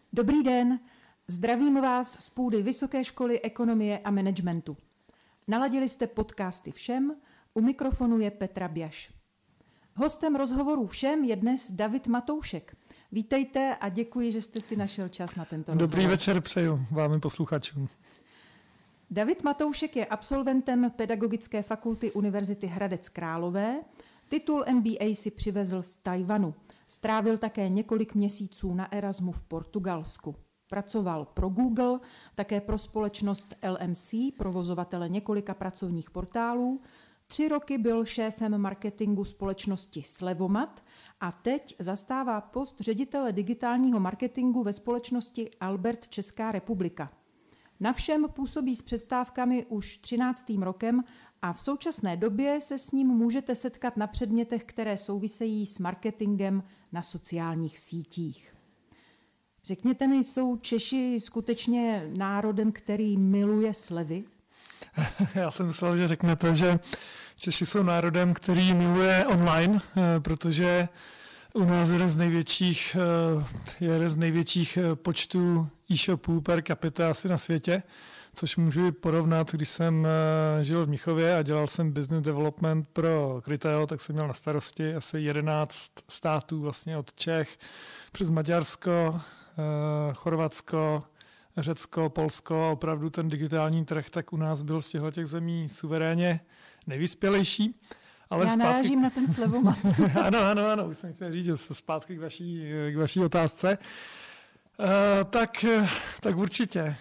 Dobrý den, zdravím vás z půdy Vysoké školy ekonomie a managementu. Naladili jste podcasty Všem, u mikrofonu je Petra Bjaš. Hostem rozhovoru Všem je dnes David Matoušek. Vítejte a děkuji, že jste si našel čas na tento rozhovor. Dobrý večer přeju vám i posluchačům. David Matoušek je absolventem Pedagogické fakulty Univerzity Hradec Králové. Titul MBA si přivezl z Tajvanu. Strávil také několik měsíců na Erasmu v Portugalsku. Pracoval pro Google, také pro společnost LMC, provozovatele několika pracovních portálů. 3 roky byl šéfem marketingu společnosti Slevomat a teď zastává post ředitele digitálního marketingu ve společnosti Albert Česká republika. Na Všem působí s přestávkami už 13. rokem a v současné době se s ním můžete setkat na předmětech, které souvisejí s marketingem na sociálních sítích. Řekněte mi, jsou Češi skutečně národem, který miluje slevy? Já jsem myslel, že řeknete, že Češi jsou národem, který miluje online, protože u nás je jeden z největších počtů e-shopů per capita asi na světě, což můžu i porovnat, když jsem žil v Mnichově a dělal jsem business development pro Criteo, tak jsem měl na starosti asi 11 států, vlastně od Čech přes Maďarsko, Chorvatsko, Řecko, Polsko. Opravdu ten digitální trh tak u nás byl z těchto zemí suverénně nejvyspělejší. Ale já narážím na ten Slevomat. Ano, už jsem chtěl říct, že se zpátky k vaší otázce. Tak určitě.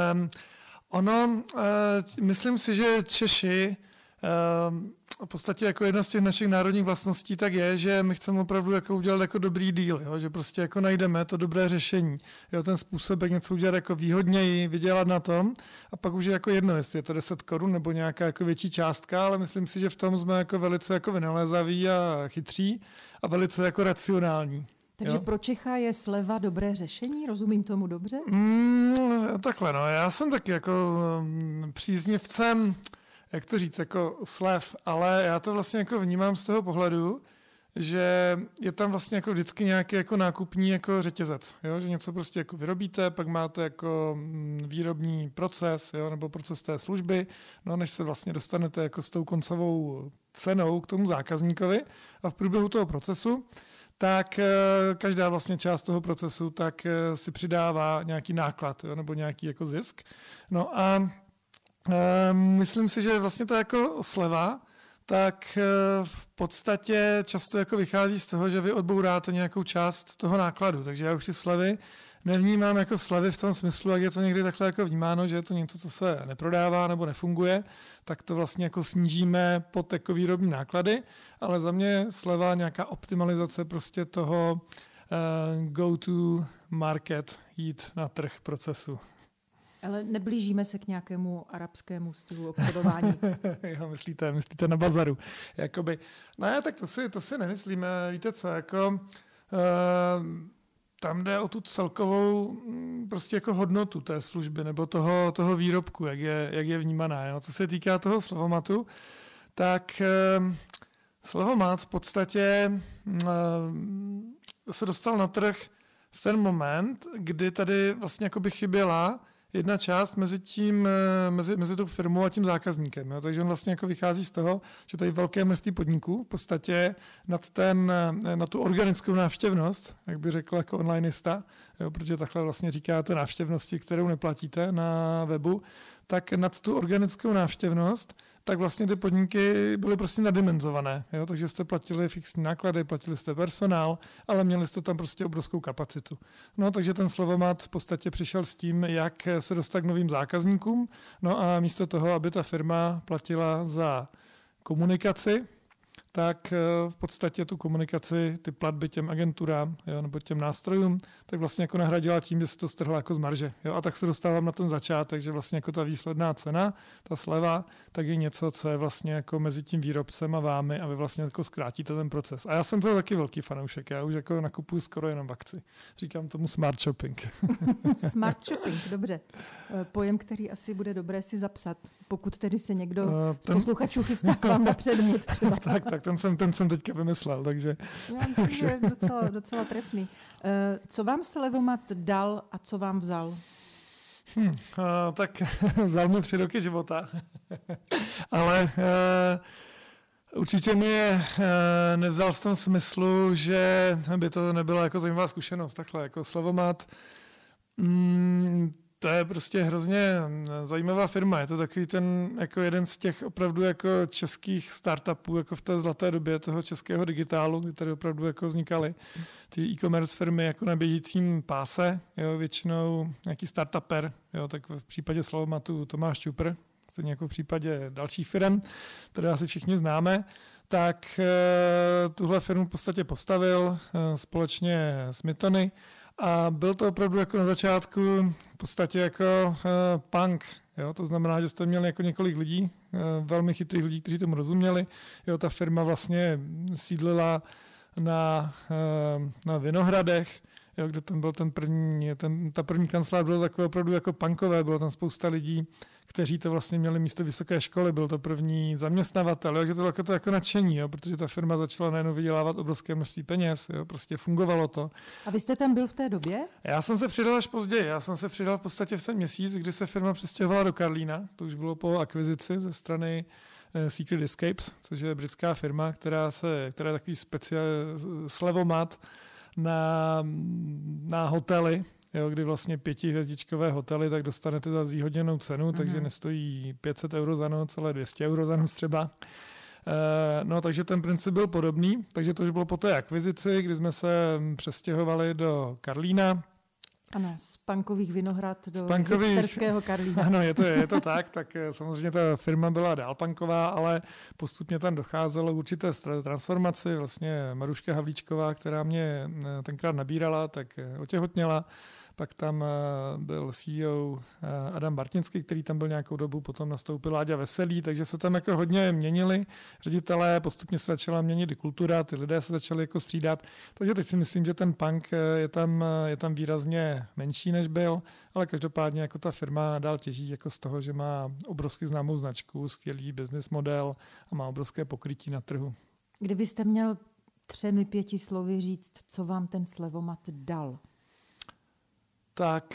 Myslím si, že Češi, v podstatě jako jedna z těch našich národních vlastností tak je, že my chceme opravdu jako udělat jako dobrý deal, jo? Že prostě jako najdeme to dobré řešení, jo? Ten způsob, jak něco udělat jako výhodněji, vydělat na tom a pak už je jako jedno, jestli je to 10 korun nebo nějaká jako větší částka, ale myslím si, že v tom jsme jako velice jako vynalézaví a chytří a velice jako racionální. Takže pro Čecha je sleva dobré řešení? Rozumím tomu dobře? Takhle, no. Já jsem taky jako příznivcem, jak to říct, jako slev, ale já to vlastně jako vnímám z toho pohledu, že je tam vlastně jako vždycky nějaký jako nákupní jako řetězec, jo? Že něco prostě jako vyrobíte, pak máte jako výrobní proces, jo? Nebo proces té služby, no než se vlastně dostanete jako s tou koncovou cenou k tomu zákazníkovi a v průběhu toho procesu tak každá vlastně část toho procesu tak si přidává nějaký náklad, jo, nebo nějaký jako zisk. No a myslím si, že vlastně to jako sleva, tak v podstatě často jako vychází z toho, že vy odbouráte nějakou část toho nákladu. Takže já už ty slevy nevnímám jako slevy v tom smyslu, jak je to někdy takhle jako vnímáno, že je to něco, co se neprodává nebo nefunguje, tak to vlastně jako snížíme pod jako výrobní náklady, ale za mě sleva nějaká optimalizace prostě toho go to market, jít na trh procesu. Ale neblížíme se k nějakému arabskému stylu obchodování. Jo, myslíte na bazaru. Jakoby, ne, tak to si nemyslíme. Víte co, jako tam jde o tu celkovou prostě jako hodnotu té služby nebo toho výrobku, jak je vnímaná. Jo? Co se týká toho Slevomatu, tak Slevomat v podstatě se dostal na trh v ten moment, kdy tady vlastně jako by chyběla jedna část mezi tou firmou a tím zákazníkem. Jo? Takže on vlastně jako vychází z toho, že tady velké množství podniků v podstatě na tu organickou návštěvnost, jak by řekl jako onlineista, jo? Protože takhle vlastně říkáte návštěvnosti, kterou neplatíte na webu, tak nad tu organickou návštěvnost, tak vlastně ty podniky byly prostě nadimenzované. Jo? Takže jste platili fixní náklady, platili jste personál, ale měli jste tam prostě obrovskou kapacitu. No, takže ten Slevomat v podstatě přišel s tím, jak se dostat k novým zákazníkům. No a místo toho, aby ta firma platila za komunikaci, tak v podstatě tu komunikaci, ty platby těm agenturám, jo, nebo těm nástrojům, tak vlastně jako nahradila tím, že se to strhla jako z marže. Jo, a tak se dostávám na ten začátek, že vlastně jako ta výsledná cena, ta sleva, tak je něco, co je vlastně jako mezi tím výrobcem a vámi a vy vlastně jako zkrátíte ten proces. A já jsem toho taky velký fanoušek, já už jako nakupuju skoro jenom v akci. Říkám tomu smart shopping. Smart shopping, dobře. Pojem, který asi bude dobré si zapsat, pokud tedy se někdo z posluchačů chystá k vám na předmět. tak tak ten jsem teďka vymyslel, takže... Já myslím, že je docela trefný. Co vám Slevomat dal a co vám vzal? Tak vzal mi 3 roky života, ale určitě mě nevzal v tom smyslu, že by to nebyla jako zajímavá zkušenost. Takhle, jako Slevomat, to je prostě hrozně zajímavá firma. Je to takový ten, jako jeden z těch opravdu jako českých startupů, jako v té zlaté době toho českého digitálu, kdy tady opravdu jako vznikaly ty e-commerce firmy jako na běžícím páse, jo, většinou nějaký startuper, jo, tak v případě Slavomatu Tomáš Čupr, stejně jako v případě dalších firm, které asi všichni známe, tak tuhle firmu v podstatě postavil společně s Mytony. A byl to opravdu jako na začátku v podstatě jako punk. Jo? To znamená, že jste měli jako několik lidí, velmi chytrých lidí, kteří tomu rozuměli. Jo, ta firma vlastně sídlila na Vinohradech, jo, kde tam byl ta první kancelář byla takové opravdu jako punkové, bylo tam spousta lidí, kteří to vlastně měli místo vysoké školy, byl to první zaměstnavatel, takže to bylo jako nadšení, jo, protože ta firma začala najednou vydělávat obrovské množství peněz, jo, prostě fungovalo to. A vy jste tam byl v té době? Já jsem se přidal až později, já jsem se přidal v podstatě v ten měsíc, kdy se firma přestěhovala do Karlína, to už bylo po akvizici ze strany Secret Escapes, což je britská firma, která je takový slevomat na hotely, jo, kdy vlastně 5hvězdičkové hotely, tak dostanete za zvýhodněnou cenu, takže nestojí 500 € za noc, ale 200 € za noc třeba. No, takže ten princip byl podobný, takže to už bylo po té akvizici, kdy jsme se přestěhovali do Karlína. Ano, z punkových Vinohrad do hipsterského Karlína. Ano, je to tak samozřejmě ta firma byla dál punková, ale postupně tam docházelo k určité transformaci. Vlastně Maruška Havlíčková, která mě tenkrát nabírala, tak otěhotněla. Pak tam byl CEO Adam Bartnický, který tam byl nějakou dobu, potom nastoupil Láďa Veselý, takže se tam jako hodně měnili ředitelé, postupně se začala měnit i kultura, ty lidé se začali jako střídat, takže teď si myslím, že ten punk je tam výrazně menší, než byl, ale každopádně jako ta firma dál těží jako z toho, že má obrovsky známou značku, skvělý business model a má obrovské pokrytí na trhu. Kdybyste měl 3-5 slovy říct, co vám ten Slevomat dal? Tak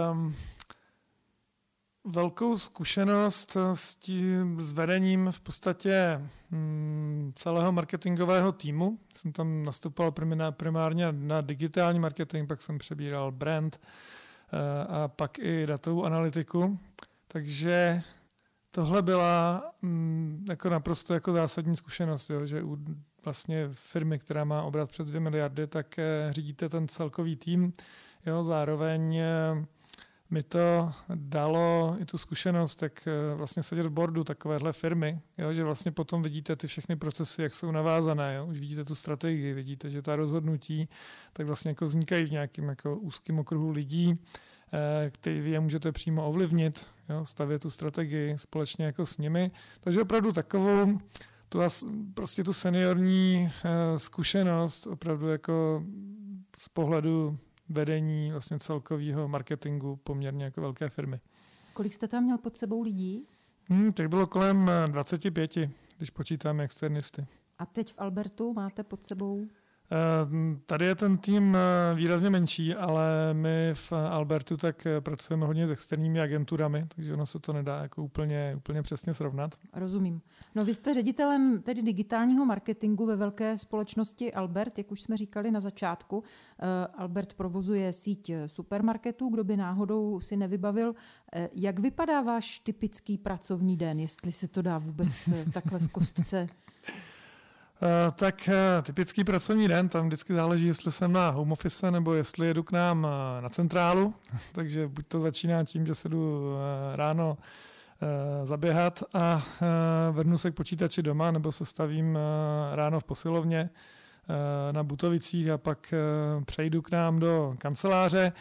velkou zkušenost s vedením v podstatě celého marketingového týmu. Jsem tam nastupoval primárně na digitální marketing, pak jsem přebíral brand a pak i datovou analytiku. Takže tohle byla jako naprosto jako zásadní zkušenost, jo, že u vlastně firmy, která má obrat přes 2 miliardy, tak řídíte ten celkový tým. Jo, zároveň mi to dalo i tu zkušenost, jak vlastně sedět v boardu takovéhle firmy, jo, že vlastně potom vidíte ty všechny procesy, jak jsou navázané, jo, už vidíte tu strategii, vidíte, že ta rozhodnutí tak vlastně jako vznikají v nějakém jako úzkém okruhu lidí, který vy je můžete přímo ovlivnit, jo, stavět tu strategii společně jako s nimi. Takže opravdu takovou prostě tu seniorní zkušenost opravdu jako z pohledu vedení vlastně celkového marketingu poměrně jako velké firmy. Kolik jste tam měl pod sebou lidí? Tak bylo kolem 25, když počítáme externisty. A teď v Albertu máte pod sebou? Tady je ten tým výrazně menší, ale my v Albertu tak pracujeme hodně s externími agenturami, takže ono se to nedá jako úplně přesně srovnat. Rozumím. No vy jste ředitelem tedy digitálního marketingu ve velké společnosti Albert, jak už jsme říkali na začátku. Albert provozuje síť supermarketů, kdo by náhodou si nevybavil. Jak vypadá váš typický pracovní den, jestli se to dá vůbec takhle v kostce? Tak typický pracovní den, tam vždycky záleží, jestli jsem na home office, nebo jestli jedu k nám na centrálu, takže buď to začíná tím, že se jdu ráno zaběhat a vrhnu se k počítači doma, nebo se stavím ráno v posilovně na Butovicích a pak přejdu k nám do kanceláře.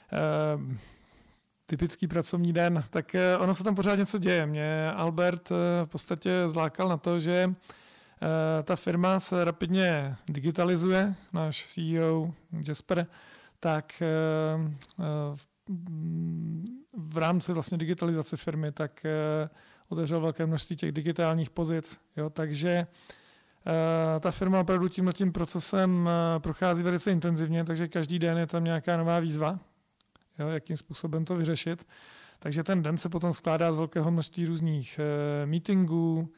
Typický pracovní den, tak ono se tam pořád něco děje. Mě Albert v podstatě zlákal na to, že ta firma se rapidně digitalizuje, náš CEO Jasper, tak v rámci vlastně digitalizace firmy tak otevřel velké množství těch digitálních pozic. Jo, takže Ta firma opravdu tímhletím procesem prochází velice intenzivně, takže každý den je tam nějaká nová výzva, jo, jakým způsobem to vyřešit. Takže ten den se potom skládá z velkého množství různých meetingů,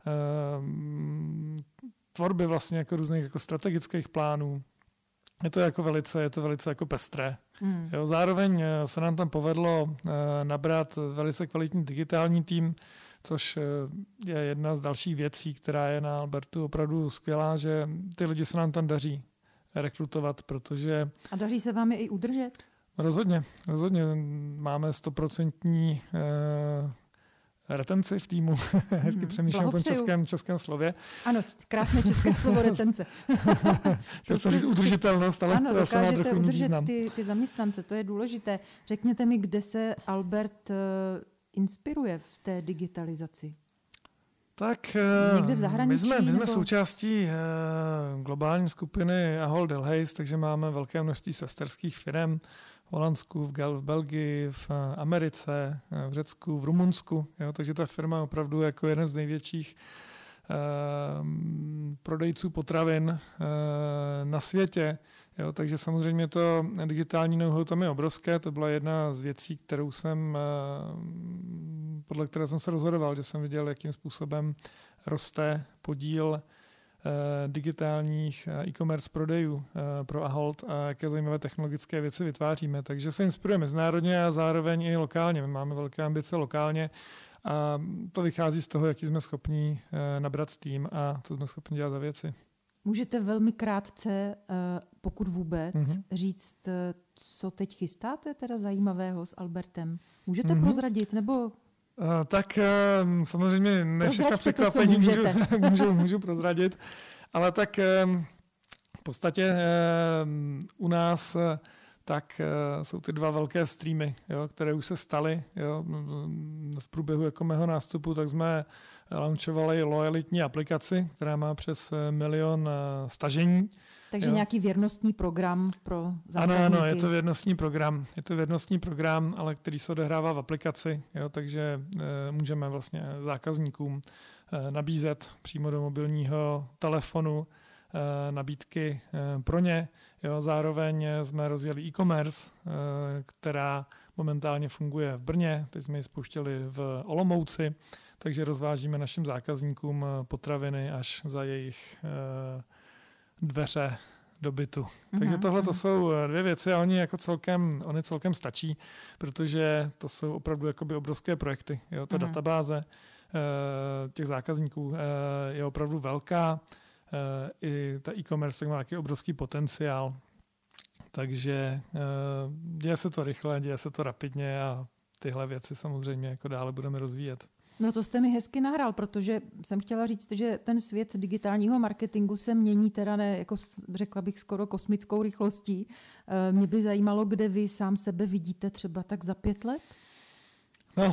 tvorby vlastně jako různých jako strategických plánů. Je to velice jako pestré. Jo, zároveň se nám tam povedlo nabrat velice kvalitní digitální tým, což je jedna z dalších věcí, která je na Albertu opravdu skvělá, že ty lidi se nám tam daří rekrutovat, protože... A daří se vám je i udržet? Rozhodně. Máme 100% retenci v týmu. Hezky přemýšlím o tom českém slově. Ano, krásné české slovo retence. Chtěl jsem říct udržitelnost, ale ano, to má trochu jiný význam. Ty zaměstnance, to je důležité. Řekněte mi, kde se Albert inspiruje v té digitalizaci? Tak někde v zahraničí? My jsme součástí globální skupiny Ahold Delhaize, takže máme velké množství sesterských firm v Holandsku, v Belgii, v Americe, v Řecku, v Rumunsku. Jo, takže ta firma je opravdu jako jeden z největších prodejců potravin na světě. Jo, takže samozřejmě to digitální know-how tam je obrovské. To byla jedna z věcí, podle které jsem se rozhodoval, že jsem viděl, jakým způsobem roste podíl digitálních e-commerce prodejů pro Ahold a jaké zajímavé technologické věci vytváříme. Takže se inspirujeme mezinárodně a zároveň i lokálně. My máme velké ambice lokálně a to vychází z toho, jaký jsme schopni nabrat tým a co jsme schopni dělat za věci. Můžete velmi krátce, pokud vůbec, říct, co teď chystáte teda zajímavého s Albertem? Můžete prozradit, nebo... Tak samozřejmě ne všechna překvapení můžu prozradit, ale tak v podstatě u nás tak jsou ty dva velké streamy, jo, které už se staly. Jo. V průběhu jako mého nástupu tak jsme launchovali lojalitní aplikaci, která má přes 1 milion stažení. Takže nějaký věrnostní program pro zákazníky. Ano, je to věrnostní program, ale který se odehrává v aplikaci, jo, takže můžeme vlastně zákazníkům nabízet přímo do mobilního telefonu nabídky pro ně. Jo, zároveň jsme rozjeli e-commerce, která momentálně funguje v Brně, teď jsme ji spouštěli v Olomouci, takže rozvážíme našim zákazníkům potraviny až za jejich dveře do bytu. Takže tohle to jsou dvě věci a oni celkem stačí, protože to jsou opravdu jakoby obrovské projekty. Jo, ta databáze těch zákazníků je opravdu velká. I ta e-commerce tak má taky obrovský potenciál. Takže děje se to rychle, děje se to rapidně a tyhle věci samozřejmě jako dále budeme rozvíjet. No to jste mi hezky nahrál, protože jsem chtěla říct, že ten svět digitálního marketingu se mění teda jako řekla bych skoro kosmickou rychlostí. Mě by zajímalo, kde vy sám sebe vidíte třeba tak za 5 let? No,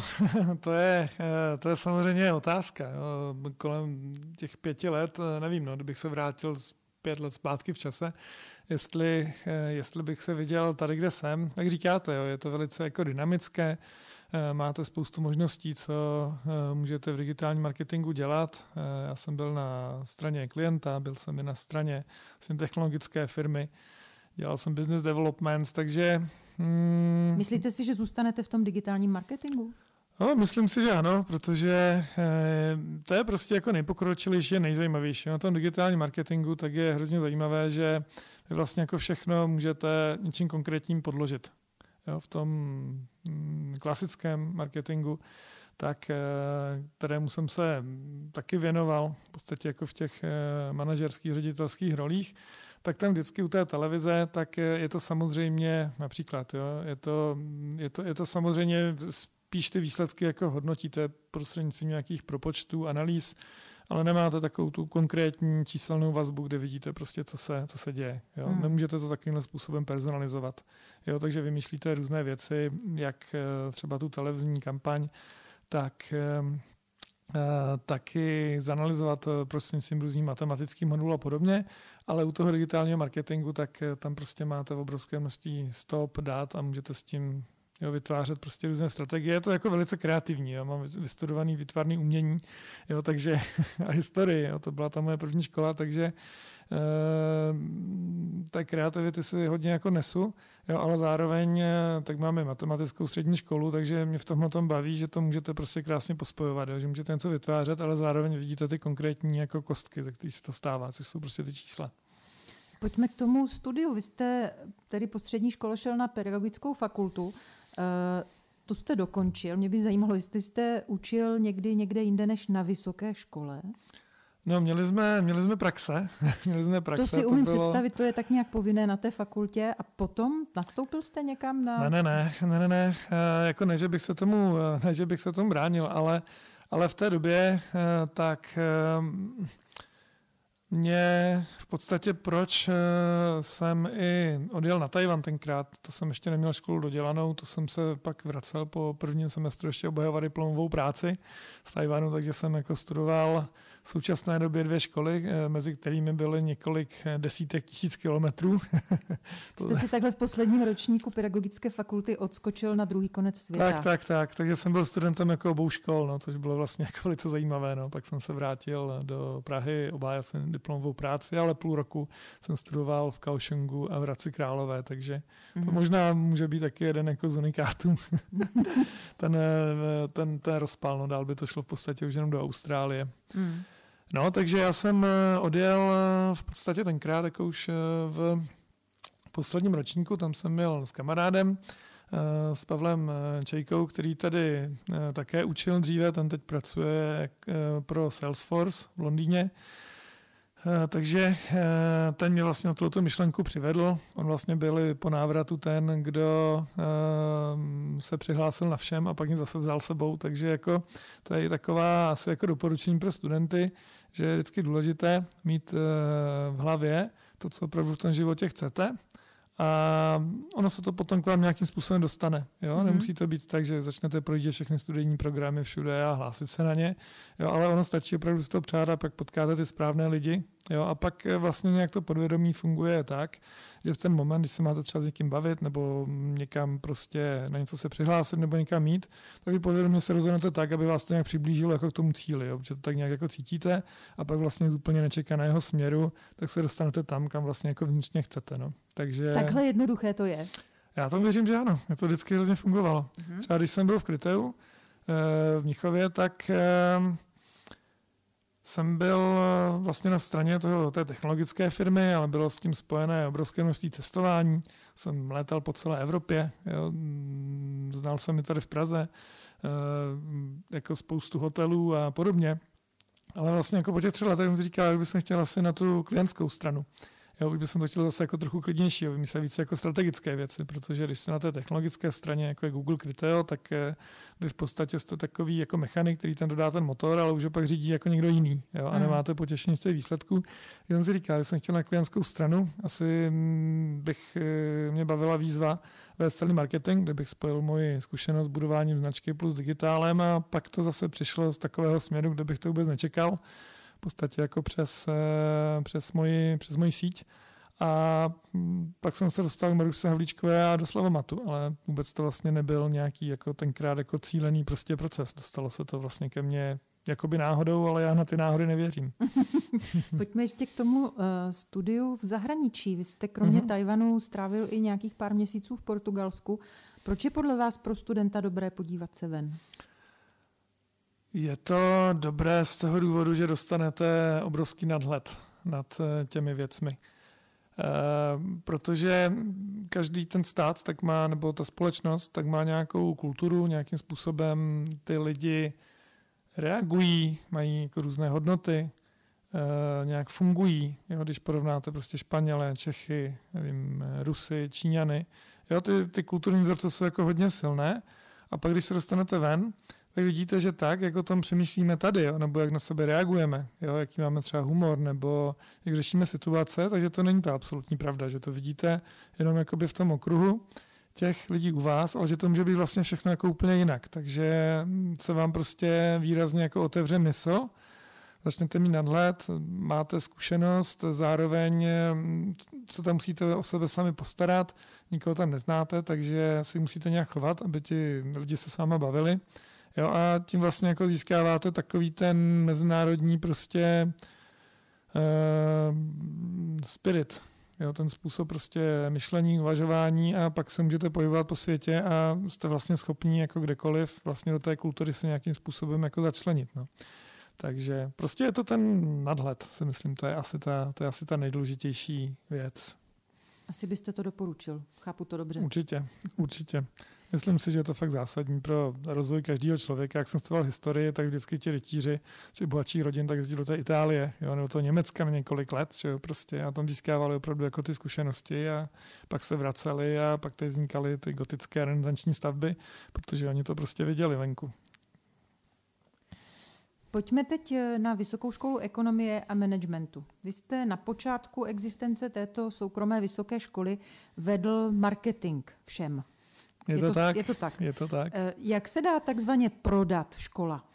to je samozřejmě otázka. Jo. Kolem těch 5 let, nevím, kdybych se vrátil 5 let zpátky v čase, jestli bych se viděl tady, kde jsem. Jak říkáte, jo, je to velice jako dynamické, máte spoustu možností, co můžete v digitálním marketingu dělat. Já jsem byl na straně klienta, byl jsem i na straně technologické firmy, dělal jsem business development, takže... Myslíte si, že zůstanete v tom digitálním marketingu? No, myslím si, že ano, protože to je prostě jako nejpokročilejší a nejzajímavější. Na tom digitálním marketingu tak je hrozně zajímavé, že vy vlastně jako všechno můžete něčím konkrétním podložit. Jo, v tom klasickém marketingu, tak, kterému jsem se taky věnoval, v podstatě jako v těch manažerských, ředitelských rolích, tak tam vždycky u té televize, tak je to samozřejmě například, jo, je to samozřejmě spíš ty výsledky jako hodnotíte prostřednictvím nějakých propočtů, analýz, ale nemáte takovou tu konkrétní číselnou vazbu, kde vidíte prostě, co se děje. Jo. Nemůžete to takovýmhle způsobem personalizovat. Jo, takže vymýšlíte různé věci, jak třeba tu televizní kampaň, tak taky zanalizovat prostřednictvím různých matematických modulů a podobně, ale u toho digitálního marketingu, tak tam prostě máte obrovské množství stop, dat a můžete s tím Jo, vytvářet prostě různé strategie. Je to jako velice kreativní. Jo. Mám vystudovaný výtvarný umění, jo, takže a historii. Jo, to byla ta moje první škola, takže té kreativity si hodně jako nesu, jo, ale zároveň tak máme matematickou střední školu, takže mě v tomhle tom baví, že to můžete prostě krásně pospojovat, jo, že můžete něco vytvářet, ale zároveň vidíte ty konkrétní jako kostky, ze kterých se to stává, což jsou prostě ty čísla. Pojďme k tomu studiu. Vy jste tedy po střední škole šel na pedagogickou fakultu. Tu jste dokončil. Mě by zajímalo, jestli jste učil někde jinde než na vysoké škole. No, měli jsme praxe. To si umím představit, to je tak nějak povinné na té fakultě a potom nastoupil jste někam na... Ne. Jako ne, že bych se tomu bránil, ale v té době tak mě v podstatě proč jsem i odjel na Tchaj-wan tenkrát, to jsem ještě neměl školu dodělanou, to jsem se pak vracel po prvním semestru ještě obhajovat diplomovou práci z Tchaj-wanu, takže jsem jako studoval v současné době 2 školy, mezi kterými byly několik desítek tisíc kilometrů. Jste si takhle v posledním ročníku pedagogické fakulty odskočil na druhý konec světa. Tak. Takže jsem byl studentem jako obou škol, no, což bylo vlastně jako velice zajímavé. No. Pak jsem se vrátil do Prahy, obhájil jsem diplomovou práci, ale půl roku jsem studoval v Kaohsiungu a v Hradci Králové, takže to možná může být taky jeden jako z unikátů. ten rozpal, no, dál by to šlo v podstatě už jenom do Austrálie. No, takže já jsem odjel v podstatě tenkrát, jako už v posledním ročníku, tam jsem měl s kamarádem, s Pavlem Čejkou, který tady také učil dříve, ten teď pracuje pro Salesforce v Londýně. Takže ten mě vlastně na tuto myšlenku přivedl. On vlastně byl po návratu ten, kdo se přihlásil na všem a pak mě zase vzal sebou. Takže jako, to je taková asi jako doporučení pro studenty, že je vždycky důležité mít v hlavě to, co opravdu v tom životě chcete. A ono se to potom k vám nějakým způsobem dostane. Jo? Nemusí to být tak, že začnete projít všechny studijní programy všude a hlásit se na ně, jo? Ale ono stačí opravdu si to přát a pak potkáte ty správné lidi. Jo? A pak vlastně nějak to podvědomí funguje tak, že v ten moment, když se máte třeba s někým bavit nebo někam prostě na něco se přihlásit nebo někam jít, tak vy podvědomě se rozhodnete tak, aby vás to nějak přiblížilo jako k tomu cíli, jo? Protože to tak nějak jako cítíte a pak vlastně z úplně nečekaného směru, tak se dostanete tam, kam vlastně jako vnitřně chcete. No. Takže takhle jednoduché to je. Já tomu věřím, že ano. Mě to vždycky hrozně fungovalo. Třeba když jsem byl v Kryteu v Mnichově, tak jsem byl vlastně na straně té technologické firmy, ale bylo s tím spojené obrovské množství cestování. Jsem létal po celé Evropě, jo. Znal jsem i tady v Praze, jako spoustu hotelů a podobně. Ale vlastně jako po těch 3 letech jsem si říkal, že bych chtěl asi na tu klientskou stranu. Jo, už bych to chtěl zase jako trochu klidnější, vymyslet více jako strategické věci, protože když jste na té technologické straně, jako je Google Criteo, tak vy v podstatě jste takový jako mechanik, který tam dodá ten motor, ale už ho pak řídí jako někdo jiný, jo, a nemáte potěšení z těch výsledků. Já jsem si říkal, že jsem chtěl na klientskou stranu, asi mě bavila výzva vést celý marketing, kde bych spojil moji zkušenost s budováním značky plus digitálem a pak to zase přišlo z takového směru, kde bych to vůbec nečekal. V podstatě jako přes moji síť. A pak jsem se dostal k Marušce Havlíčkové a do Slavomatu, ale vůbec to vlastně nebyl nějaký jako tenkrát jako cílený prostě proces. Dostalo se to vlastně ke mně jakoby náhodou, ale já na ty náhody nevěřím. Pojďme ještě k tomu studiu v zahraničí. Vy jste kromě Tchaj-wanu strávil i nějakých pár měsíců v Portugalsku. Proč je podle vás pro studenta dobré podívat se ven? Je to dobré z toho důvodu, že dostanete obrovský nadhled nad těmi věcmi. Protože každý ten stát tak má, nebo ta společnost tak má nějakou kulturu, nějakým způsobem ty lidi reagují, mají jako různé hodnoty, nějak fungují. Jo, když porovnáte prostě Španělé, Čechy, nevím, Rusy, Číňany, jo, ty kulturní vzorce jsou jako hodně silné a pak když se dostanete ven, tak vidíte, že tak, jak o tom přemýšlíme tady, jo, nebo jak na sebe reagujeme, jo, jaký máme třeba humor, nebo jak řešíme situace, takže to není ta absolutní pravda, že to vidíte jenom jakoby v tom okruhu těch lidí u vás, ale že to může být vlastně všechno jako úplně jinak. Takže se vám prostě výrazně jako otevře mysl, začnete mít nadhled, máte zkušenost, zároveň se tam musíte o sebe sami postarat, nikoho tam neznáte, takže si musíte nějak chovat, aby ti lidi se s váma bavili. Jo, a tím vlastně jako získáváte takový ten mezinárodní prostě spirit, jo, ten způsob prostě myšlení, uvažování a pak se můžete pohybovat po světě a jste vlastně schopní jako kdekoliv vlastně do té kultury se nějakým způsobem jako začlenit. No. Takže prostě je to ten nadhled, si myslím, to je asi ta nejdůležitější věc. Asi byste to doporučil, chápu to dobře. Určitě. Myslím si, že je to fakt zásadní pro rozvoj každého člověka. Jak jsem studoval historii, tak vždycky ti rytíři z bohatších rodin tak jezdili do té Itálie, jo, nebo do toho Německa na několik let, že jo, prostě, a tam získávali opravdu jako ty zkušenosti a pak se vraceli a pak tady vznikaly ty gotické renesanční stavby, protože oni to prostě viděli venku. Pojďme teď na Vysokou školu ekonomie a managementu. Vy jste na počátku existence této soukromé vysoké školy vedl marketing všem. Je to tak? Je to tak. Jak se dá takzvaně prodat škola?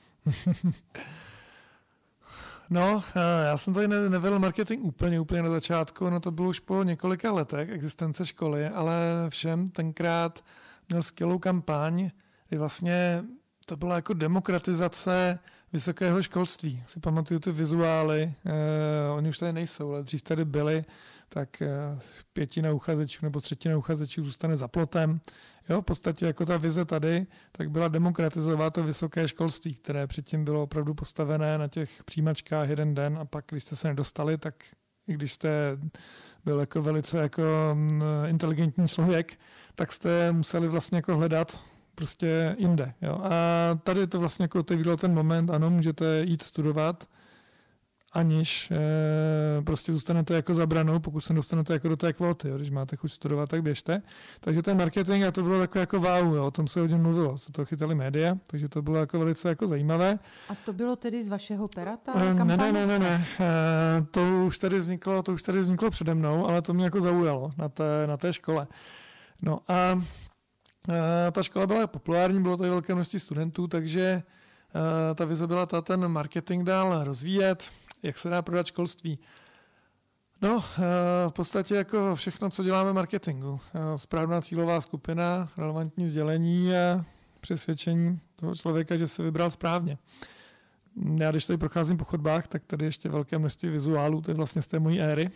No, já jsem tady nevedl marketing úplně na začátku, no to bylo už po několika letech existence školy, ale všem tenkrát měl skvělou kampaň, kdy vlastně to byla jako demokratizace vysokého školství. Si pamatuju ty vizuály, oni už tady nejsou, ale dřív tady byli, tak 5 uchazečů nebo 1/3 uchazečů zůstane za plotem. Jo, v podstatě jako ta vize tady, tak byla demokratizovat to vysoké školství, které předtím bylo opravdu postavené na těch přijímačkách jeden den a pak, když jste se nedostali, tak i když jste byl jako velice jako inteligentní člověk, tak jste museli vlastně jako hledat prostě jinde. Jo. A tady to vlastně jako otevřelo ten moment, ano, můžete jít studovat, aniž prostě zůstanete jako za branou, pokud se dostanete jako do té kvóty. Jo. Když máte chuť studovat, tak běžte. Takže ten marketing, a to bylo takové jako wow, jo. O tom se hodně mluvilo, se to chytali média, takže to bylo jako velice jako zajímavé. A to bylo tedy z vašeho pera ta kampaň? Ne. To už tady vzniklo přede mnou, ale to mě jako zaujalo na té škole. No a ta škola byla populární, bylo to i velké množství studentů, takže ta vize byla ten marketing dál rozvíjet, jak se dá prodat školství. No, v podstatě jako všechno, co děláme v marketingu. Správná cílová skupina, relevantní sdělení a přesvědčení toho člověka, že se vybral správně. Já když tady procházím po chodbách, tak tady ještě velké množství vizuálů, to je vlastně z té mojí éry.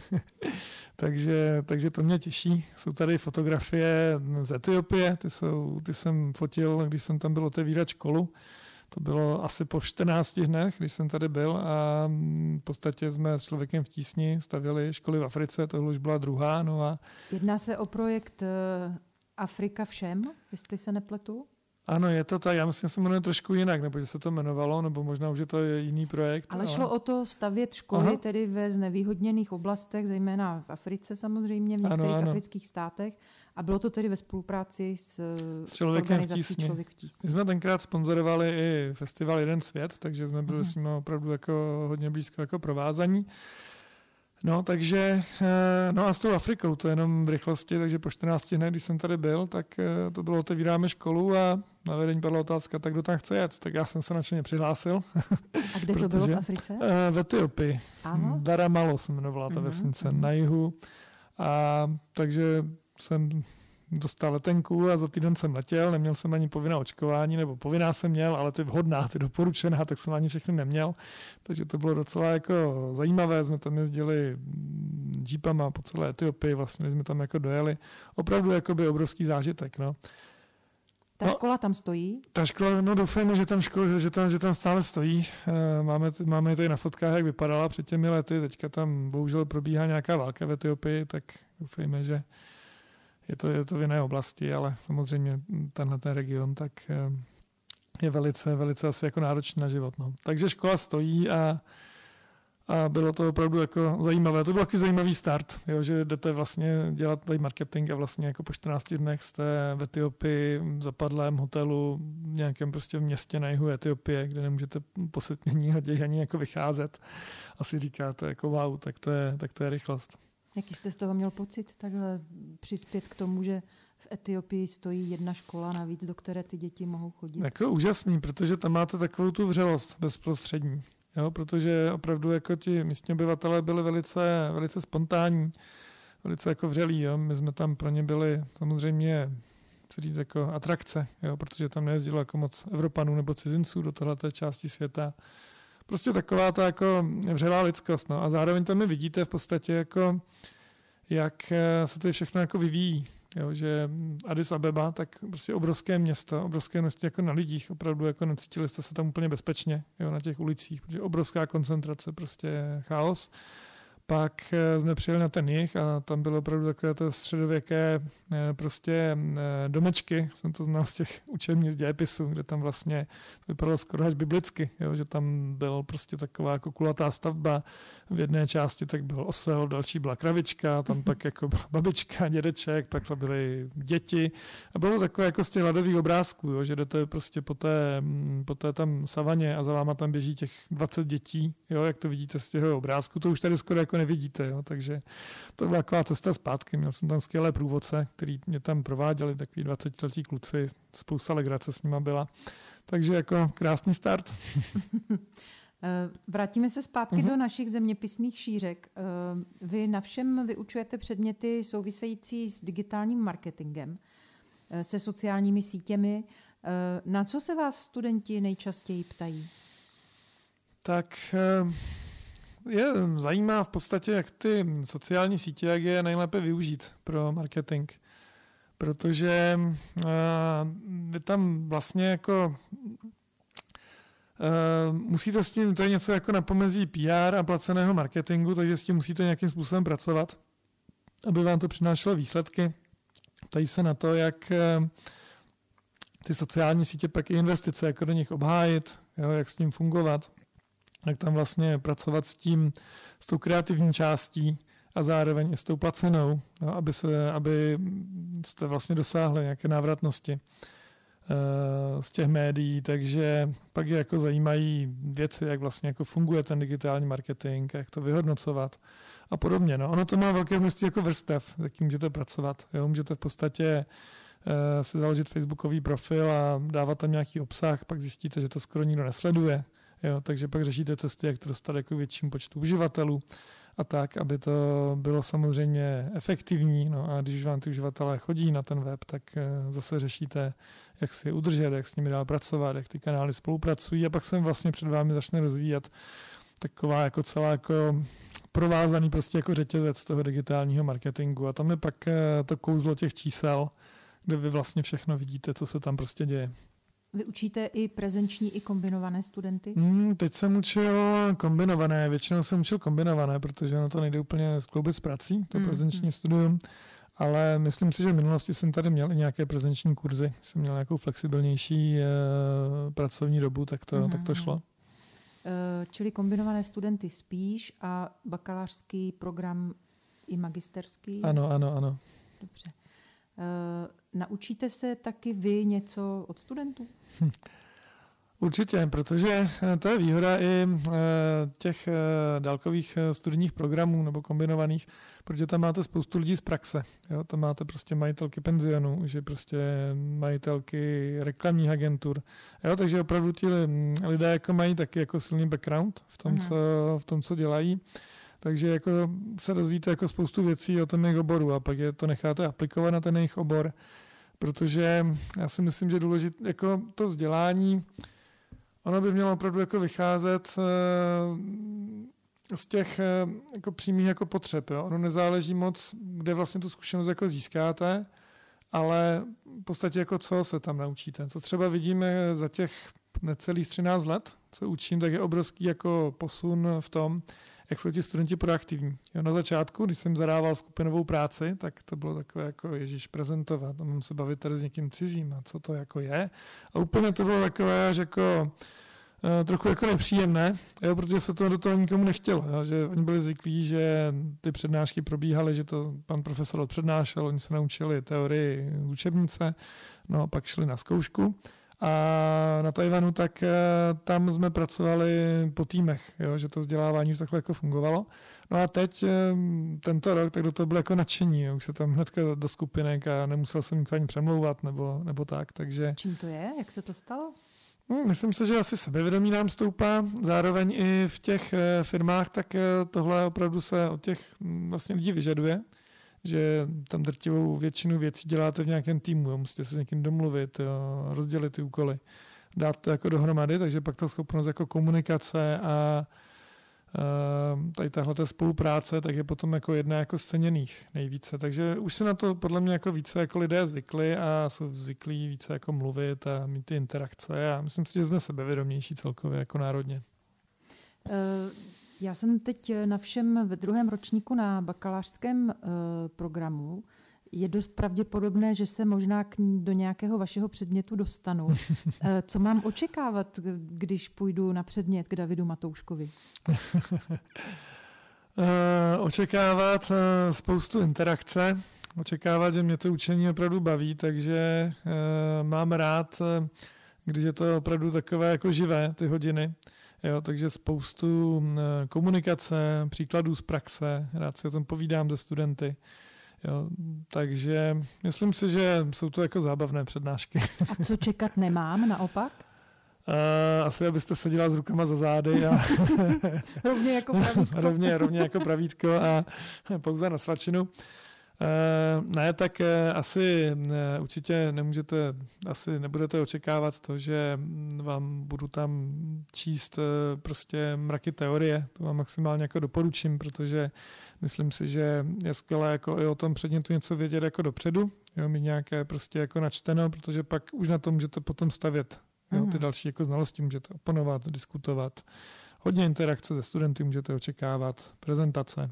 Takže to mě těší. Jsou tady fotografie z Etiopie, ty jsem fotil, když jsem tam byl otevírat školu. To bylo asi po 14 dnech, když jsem tady byl a v podstatě jsme s Člověkem v tísni stavěli školy v Africe, tohle už byla druhá. No a jedná se o projekt Afrika všem, jestli se nepletu? Ano, je to tak. Já myslím, že se jmenuje trošku jinak, nebo že se to jmenovalo, nebo možná už je to jiný projekt. Ale šlo o to stavět školy tedy ve znevýhodněných oblastech, zejména v Africe samozřejmě, v některých afrických státech. A bylo to tedy ve spolupráci s Člověkem v tísni. Člověk v tísni. My jsme tenkrát sponzorovali i festival Jeden svět, takže jsme byli s nimi opravdu jako hodně blízko jako provázaní. No, takže, no a s tou Afrikou, to jenom v rychlosti, takže po 14 dnech, když jsem tady byl, tak to bylo, otevíráme školu a na vedení padla otázka, tak kdo tam chce jet? Tak já jsem se nadšeně přihlásil. A kde to bylo v Africe? V Etiopii. Daramalo se jmenovala ta vesnice na jihu. A takže jsem dostal letenku a za týden jsem letěl, neměl jsem ani povinné očkování, nebo povinná jsem měl, ale ty vhodná, ty doporučená, tak jsem ani všechny neměl. Takže to bylo docela jako zajímavé, jsme tam jezdili jeepama po celé Etiopii, vlastně jsme tam jako dojeli. Opravdu jakoby obrovský zážitek, no. Ta škola tam stojí? Ta škola, no doufejme, že tam stále stojí. Máme ji tady na fotkách, jak vypadala před těmi lety. Teďka tam bohužel probíhá nějaká válka v Etiopii, tak doufejme, že je to v jiné oblasti, ale samozřejmě tenhle ten region tak je velice, velice asi jako náročný na život. No. Takže škola stojí a bylo to opravdu jako zajímavé. To byl takový zajímavý start, jo, že jdete vlastně dělat tady marketing a vlastně jako po 14 dnech jste v Etiopii v zapadlém hotelu v nějakém prostě městě na jihu Etiopie, kde nemůžete po setmění hodě ani jako vycházet. Asi říkáte jako wow, tak to je rychlost. Jaký jste z toho měl pocit, takhle přispět k tomu, že v Etiopii stojí jedna škola navíc, do které ty děti mohou chodit? Jako úžasný, protože tam máte takovou tu vřelost bezprostřední. Jo, protože opravdu jako ti místní obyvatelé byli velice, velice spontánní. velice jako vřelý. Jo. My jsme tam pro ně byli samozřejmě, co říct, jako atrakce, jo, protože tam nejezdilo jako moc Evropanů nebo cizinců do téhleté části světa. Prostě taková ta jako vřelá lidskost. No. A zároveň tam vidíte v podstatě, jako, jak se to všechno jako vyvíjí. Jo, že Addis Abeba, tak prostě obrovské město, obrovské množství jako na lidích, opravdu jako necítili jste se tam úplně bezpečně, jo, na těch ulicích, protože obrovská koncentrace, prostě chaos. Pak jsme přijeli na ten jih a tam bylo opravdu takové to středověké prostě domečky, jsem to znal z těch učebnic dějepisu, kde tam vlastně vypadalo skoro až biblicky, jo, že tam byl prostě taková jako kulatá stavba, v jedné části tak byl osel, v další byla kravička, tam pak jako babička, dědeček, takhle byly děti a bylo to takové jako z těch ladových obrázků, jo, že jdete prostě po té tam savaně a za váma tam běží těch 20 dětí, jo, jak to vidíte z těch obrázků, to už tady skoro jako nevidíte, jo, takže to byla taková cesta zpátky. Měl jsem tam skvělé průvodce, který mě tam prováděli, takový 20letí kluci, spousta legrace s nima byla. Takže jako krásný start. Vrátíme se zpátky do našich zeměpisných šířek. Vy na všem vyučujete předměty související s digitálním marketingem, se sociálními sítěmi. Na co se vás studenti nejčastěji ptají? Tak je zajímá v podstatě, jak ty sociální sítě, jak je nejlépe využít pro marketing. Protože vy tam vlastně jako musíte s tím, to je něco jako na pomezí PR a placeného marketingu, takže s tím musíte nějakým způsobem pracovat, aby vám to přinášelo výsledky. Ptají se na to, jak ty sociální sítě, pak i investice, jako do nich obhájit, jo, jak s tím fungovat, jak tam vlastně pracovat s tou kreativní částí a zároveň i s tou placenou, jo, aby jste vlastně dosáhli nějaké návratnosti z těch médií, takže pak je jako zajímají věci, jak vlastně jako funguje ten digitální marketing, jak to vyhodnocovat a podobně. No. Ono to má velké množství jako vrstev, jakým můžete pracovat. Jo. Můžete v podstatě si založit facebookový profil a dávat tam nějaký obsah, pak zjistíte, že to skoro nikdo nesleduje. Jo, takže pak řešíte cesty, jak to dostat jako větším počtu uživatelů a tak, aby to bylo samozřejmě efektivní. No a když vám ty uživatelé chodí na ten web, tak zase řešíte, jak si je udržet, jak s nimi dál pracovat, jak ty kanály spolupracují a pak se vlastně před vámi začne rozvíjet taková jako celá jako provázaný prostě jako řetězec toho digitálního marketingu a tam je pak to kouzlo těch čísel, kde vy vlastně všechno vidíte, co se tam prostě děje. Vy učíte i prezenční, i kombinované studenty? Teď jsem učil kombinované, většinou jsem učil kombinované, protože ono to nejde úplně skloubit s prací, to prezenční studium, ale myslím si, že v minulosti jsem tady měl i nějaké prezenční kurzy, jsem měl nějakou flexibilnější pracovní dobu, tak to šlo. Čili kombinované studenty spíš a bakalářský program i magisterský? Ano. Dobře. Naučíte se taky vy něco od studentů? Určitě, protože to je výhoda i těch dálkových studijních programů nebo kombinovaných, protože tam máte spoustu lidí z praxe. Jo? Tam máte prostě majitelky penzionů, že prostě majitelky reklamních agentur. Jo? Takže opravdu ti lidé jako mají taky jako silný background v tom, co dělají. Takže jako se dozvíte jako spoustu věcí o tom jejich oboru a pak je to necháte aplikovat na ten jejich obor, protože já si myslím, že důležité jako to vzdělání, ono by mělo opravdu jako vycházet z těch jako přímých jako potřeb. Jo? Ono nezáleží moc, kde vlastně tu zkušenost jako získáte, ale v podstatě jako co se tam naučíte. Co třeba vidíme za těch necelých 13 let, co učím, tak je obrovský jako posun v tom, jak jsou ti studenti proaktivní. Jo, na začátku, když jsem zadával skupinovou práci, tak to bylo takové jako Ježíš prezentovat, mám se bavit tady s někým cizím a co to jako je. A úplně to bylo takové až jako trochu jako nepříjemné, jo, protože se to do toho nikomu nechtělo. Jo, že oni byli zvyklí, že ty přednášky probíhaly, že to pan profesor odpřednášel, oni se naučili teorii z učebnice, no a pak šli na zkoušku. A na Tajvanu tak tam jsme pracovali po týmech, jo, že to vzdělávání už takhle jako fungovalo. No a teď tento rok, tak do toho bylo jako nadšení, jo, už se tam hnedka do skupinek a nemusel jsem nikoho ani přemlouvat nebo tak. Takže... Čím to je? Jak se to stalo? Myslím si, že asi sebevědomí nám stoupá. Zároveň i v těch firmách, tak tohle opravdu se od těch vlastně lidí vyžaduje, že tam drtivou většinu věcí děláte v nějakém týmu, jo. Musíte se s někým domluvit, jo, rozdělit ty úkoly, dát to jako dohromady, takže pak ta schopnost jako komunikace a tady tahle spolupráce, tak je potom jako jedna jako z ceněných nejvíce. Takže už se na to podle mě jako více jako lidé zvykli a jsou zvyklí více jako mluvit a mít ty interakce a myslím si, že jsme sebevědomější celkově jako národně. Já jsem teď na všem ve 2. ročníku na bakalářském programu. Je dost pravděpodobné, že se možná do nějakého vašeho předmětu dostanu. Co mám očekávat, když půjdu na předmět k Davidu Matouškovi? Očekávat spoustu interakce, očekávat, že mě to učení opravdu baví, takže mám rád, když je to opravdu takové jako živé, ty hodiny. Jo, takže spoustu komunikace, příkladů z praxe, rád si o tom povídám se studenty. Jo, takže myslím si, že jsou to jako zábavné přednášky. A co čekat nemám naopak? Asi, abyste seděla s rukama za zády a rovně jako pravítko. rovně jako pravítko a pouze na svačinu. Ne, tak asi určitě nebudete očekávat to, že vám budu tam číst prostě mraky teorie. To vám maximálně jako doporučím, protože myslím si, že je skvělé jako i o tom předmětu něco vědět jako dopředu, jo, mít nějaké prostě jako načteno, protože pak už na to můžete potom stavět. Jo, ty další jako znalosti můžete oponovat, diskutovat. Hodně interakce se studenty můžete očekávat, prezentace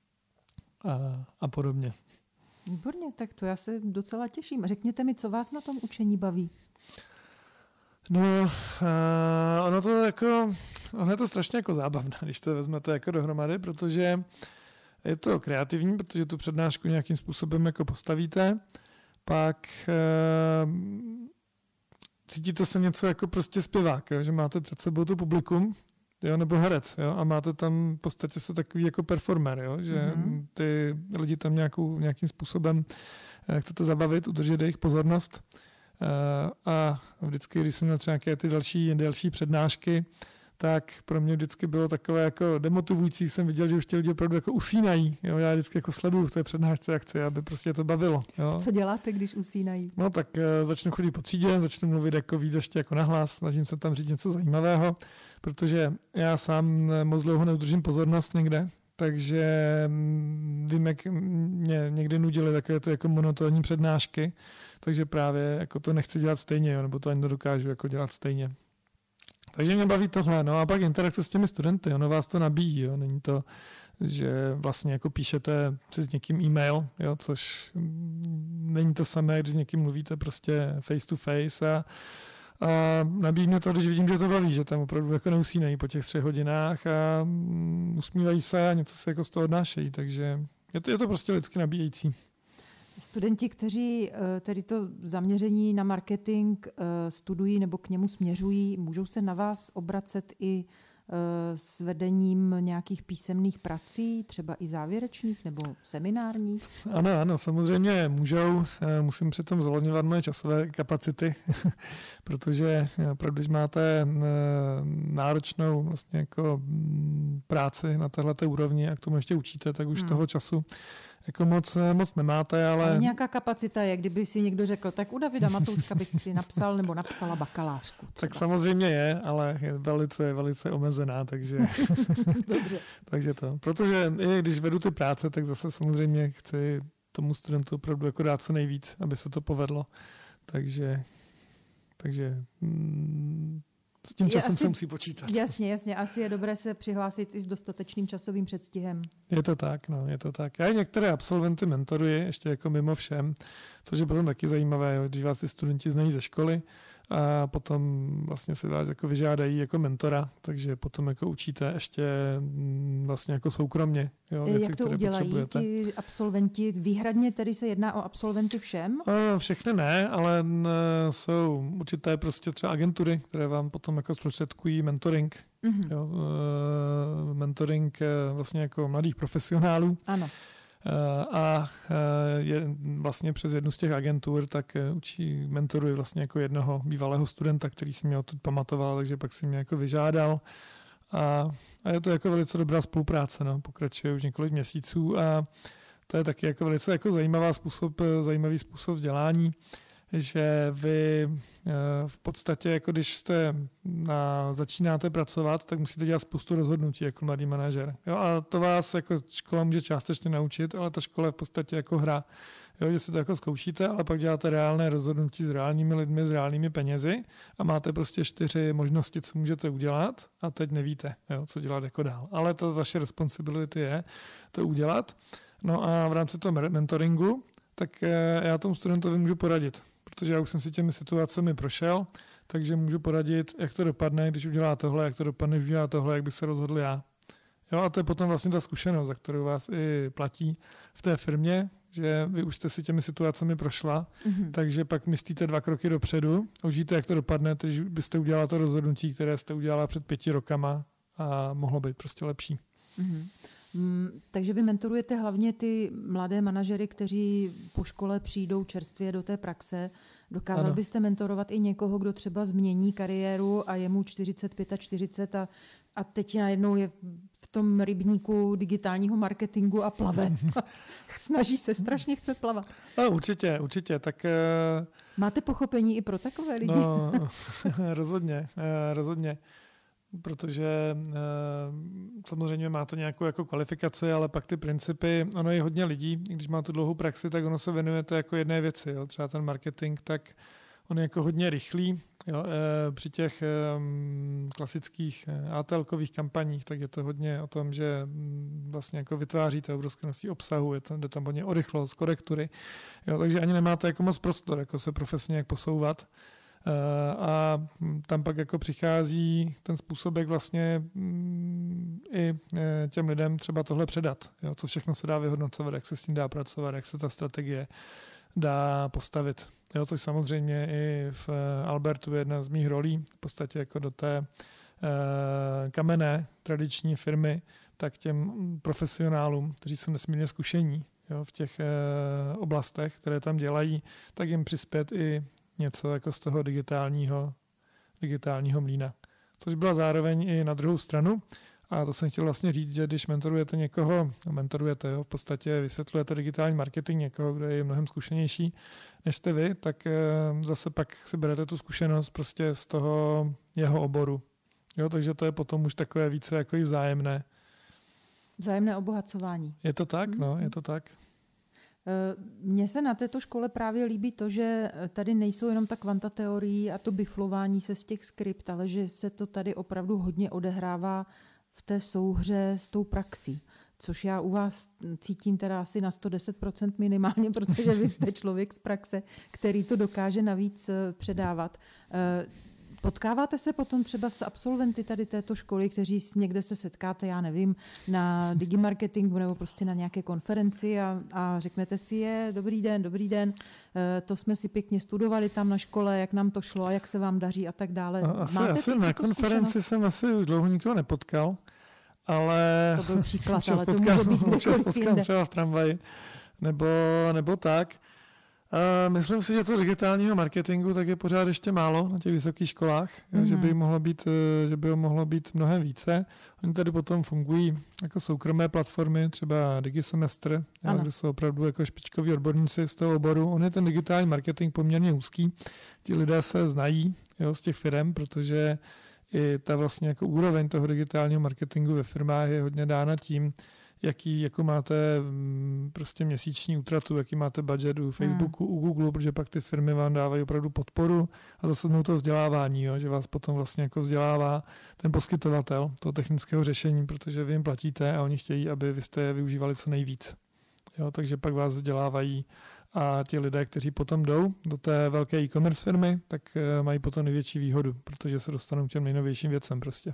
a podobně. Výborně, tak to já se docela těším. Řekněte mi, co vás na tom učení baví? No, ono je to strašně jako zábavné, když to vezmete jako dohromady, protože je to kreativní, protože tu přednášku nějakým způsobem jako postavíte, pak cítíte se něco jako prostě zpěvák, jo, že máte před sebou to publikum, jo, nebo herec, jo, a máte tam v podstatě se takový jako performer, jo, že ty lidi tam nějakým způsobem chcete zabavit, udržet jejich pozornost a vždycky, když jsem měl třeba nějaké ty další přednášky, tak pro mě vždycky bylo takové jako demotivující, jsem viděl, že už ti lidi opravdu jako usínají. Jo? Já vždycky jako sleduju v té přednášce, jak chci, aby prostě to bavilo. Jo? Co děláte, když usínají? No tak začnu chodit po třídě, začnu mluvit jako víc ještě jako nahlas, snažím se tam říct něco zajímavého, protože já sám moc dlouho neudržím pozornost někde, takže vím, jak mě někdy nudily takové ty jako monotónní přednášky, takže právě jako to nechci dělat stejně, jo? Nebo to ani nedokážu jako dělat stejně. Takže mě baví tohle, no a pak interakce s těmi studenty, ono vás to nabíjí, jo, není to, že vlastně jako píšete si s někým e-mail, jo, což není to samé, když s někým mluvíte prostě face to face a nabíjí mě to, když vidím, že to baví, že tam opravdu jako neusínají po těch 3 hodinách a usmívají se a něco se jako z toho odnášejí, takže je to prostě lidsky nabíjející. Studenti, kteří tedy to zaměření na marketing studují nebo k němu směřují, můžou se na vás obracet i s vedením nějakých písemných prací, třeba i závěrečných nebo seminárních? Ano, samozřejmě můžou. Musím přitom zohledňovat moje časové kapacity, protože opravdu, když máte náročnou vlastně jako práci na téhleté úrovni a k tomu ještě učíte, tak už toho času jako moc nemáte, ale nějaká kapacita je, kdyby si někdo řekl, tak u Davida Matouška bych si napsal nebo napsala bakalářku. Třeba. Tak samozřejmě je, ale je velice omezená, takže Dobře. takže to. Protože i když vedu ty práce, tak zase samozřejmě chci tomu studentu opravdu jako dát co nejvíc, aby se to povedlo. Takže s tím časem se musí počítat. Jasně. Asi je dobré se přihlásit i s dostatečným časovým předstihem. Je to tak. Já některé absolventy mentoruji, ještě jako mimo všem, což je potom taky zajímavé, jo, když vás ty studenti znají ze školy a potom vlastně se vás jako vyžádají jako mentora, takže potom jako učíte ještě vlastně jako soukromně, jo, věci, jak to které udělají potřebujete. Ti absolventi? Výhradně tedy se jedná o absolventy všem? Všechny ne, ale jsou určité prostě třeba agentury, které vám potom jako zprostředkují mentoring. Mm-hmm. Jo, mentoring vlastně jako mladých profesionálů. Ano. A je vlastně přes jednu z těch agentur tak mentoruje vlastně jako jednoho bývalého studenta, který si mě odtud pamatoval, takže pak si mě jako vyžádal. A je to jako velice dobrá spolupráce, no. Pokračuje už několik měsíců a To je taky jako velice jako zajímavý způsob vzdělání, že vy v podstatě, jako když začínáte pracovat, tak musíte dělat spoustu rozhodnutí jako mladý manažer. Jo, a to vás jako škola může částečně naučit, ale ta škola je v podstatě jako hra. Jo, že si to jako zkoušíte, ale pak děláte reálné rozhodnutí s reálnými lidmi, s reálnými penězi a máte prostě 4 možnosti, co můžete udělat a teď nevíte, jo, co dělat jako dál. Ale to vaše responsibility je to udělat. No a v rámci toho mentoringu, tak já tomu studentovi můžu poradit, protože já už jsem si těmi situacemi prošel, takže můžu poradit, jak to dopadne, když udělá tohle, jak to dopadne, když udělá tohle, jak bych se rozhodl já. Jo, a to je potom vlastně ta zkušenost, za kterou vás i platí v té firmě, že vy už jste si těmi situacemi prošla, takže pak myslíte 2 kroky dopředu a už víte, jak to dopadne, když byste udělala to rozhodnutí, které jste udělala před 5 rokama a mohlo být prostě lepší. Takže vy mentorujete hlavně ty mladé manažery, kteří po škole přijdou čerstvě do té praxe. Dokázal byste mentorovat i někoho, kdo třeba změní kariéru a je mu 40, a teď najednou je v tom rybníku digitálního marketingu a plave. Snaží se, strašně chce plavat. No, určitě. Tak, máte pochopení i pro takové lidi? No, rozhodně. Protože samozřejmě má to nějakou jako kvalifikaci, ale pak ty principy, ono je hodně lidí, když má tu dlouhou praxi, tak ono se věnujete jako jedné věci. Jo. Třeba ten marketing, tak on je jako hodně rychlý. Jo. Při těch klasických ATL-kových kampaních, tak je to hodně o tom, že vlastně jako vytváříte obrovské množství obsahu, jde tam hodně o rychlost, korektury. Jo. Takže ani nemáte jako moc prostor, jako se profesně jak posouvat. A tam pak jako přichází ten způsob, jak vlastně i těm lidem třeba tohle předat. Jo, co všechno se dá vyhodnocovat, jak se s tím dá pracovat, jak se ta strategie dá postavit. Jo, což samozřejmě i v Albertu je jedna z mých rolí, v podstatě jako do té kamenné tradiční firmy, tak těm profesionálům, kteří jsou nesmírně zkušení, jo, v těch oblastech, které tam dělají, tak jim přispět i něco jako z toho digitálního mlýna. Což byla zároveň i na druhou stranu. A to jsem chtěl vlastně říct, že když mentorujete, jo, v podstatě vysvětlujete digitální marketing někoho, kdo je mnohem zkušenější než jste vy, tak zase pak si berete tu zkušenost prostě z toho jeho oboru. Jo, takže to je potom už takové více jako i vzájemné. Vzájemné obohacování. Je to tak? No, je to tak. Mně se na této škole právě líbí to, že tady nejsou jenom ta kvanta teorií a to biflování se z těch skript, ale že se to tady opravdu hodně odehrává v té souhře s tou praxí. Což já u vás cítím teda asi na 110% minimálně, protože vy jste člověk z praxe, který to dokáže navíc předávat. Potkáváte se potom třeba s absolventy tady této školy, kteří někde se setkáte, já nevím, na digimarketingu nebo prostě na nějaké konferenci a řeknete si dobrý den, to jsme si pěkně studovali tam na škole, jak nám to šlo a jak se vám daří a tak dále. Asi na konferenci jsem asi už dlouho nikoho nepotkal, ale to byl příklad, ale to může být občas potkám třeba v tramvaji nebo tak. Myslím si, že to digitálního marketingu tak je pořád ještě málo na těch vysokých školách, že by ho mohlo být mnohem více. Oni tady potom fungují jako soukromé platformy, třeba DigiSemestr, kde jsou opravdu jako špičkoví odborníci z toho oboru. On je ten digitální marketing poměrně úzký. Ti lidé se znají, z těch firem, protože i ta vlastně jako úroveň toho digitálního marketingu ve firmách je hodně dána tím, jakou máte prostě měsíční útratu, jaký máte budget u Facebooku, u Google, protože pak ty firmy vám dávají opravdu podporu a zase to vzdělávání, že vás potom vlastně jako vzdělává ten poskytovatel toho technického řešení, protože vy jim platíte a oni chtějí, aby vy jste je využívali co nejvíc. Takže pak vás vzdělávají a ti lidé, kteří potom jdou do té velké e-commerce firmy, tak mají potom největší výhodu, protože se dostanou k těm nejnovějším věcem prostě.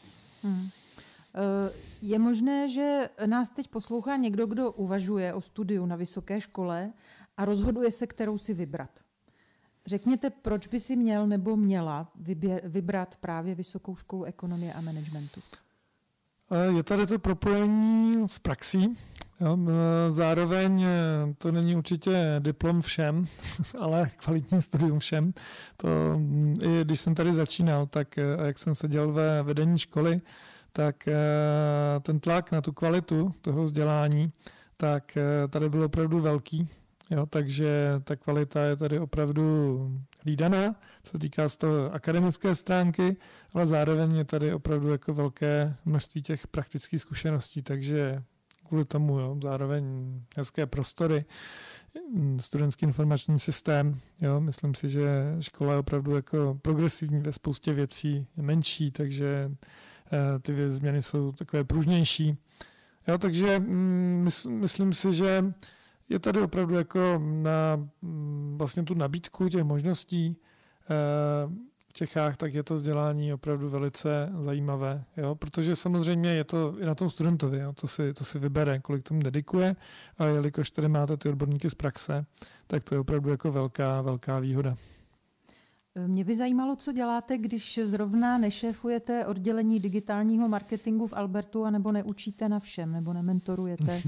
Je možné, že nás teď poslouchá někdo, kdo uvažuje o studiu na vysoké škole a rozhoduje se, kterou si vybrat. Řekněte, proč by si měl nebo měla vybrat právě Vysokou školu ekonomie a managementu? Je tady to propojení s praxí. Zároveň to není určitě diplom všem, ale kvalitní studium všem. To, i když jsem tady začínal, tak jak jsem seděl ve vedení školy, tak ten tlak na tu kvalitu toho vzdělání, tak tady byl opravdu velký. Jo, takže ta kvalita je tady opravdu hlídaná, co se týká z toho akademické stránky, ale zároveň je tady opravdu jako velké množství těch praktických zkušeností, takže kvůli tomu zároveň hezké prostory, studentský informační systém. Jo, myslím si, že škola je opravdu jako progresivní ve spoustě věcí, je menší, takže ty změny jsou takové pružnější. Jo, takže myslím si, že je tady opravdu jako na vlastně tu nabídku těch možností v Čechách, tak je to vzdělání opravdu velice zajímavé, jo? Protože samozřejmě je to i na tom studentovi, jo? Co si vybere, kolik tomu dedikuje, a jelikož tady máte ty odborníky z praxe, tak to je opravdu jako velká výhoda. Mě by zajímalo, co děláte, když zrovna nešéfujete oddělení digitálního marketingu v Albertu, anebo neučíte na všem, nebo nementorujete.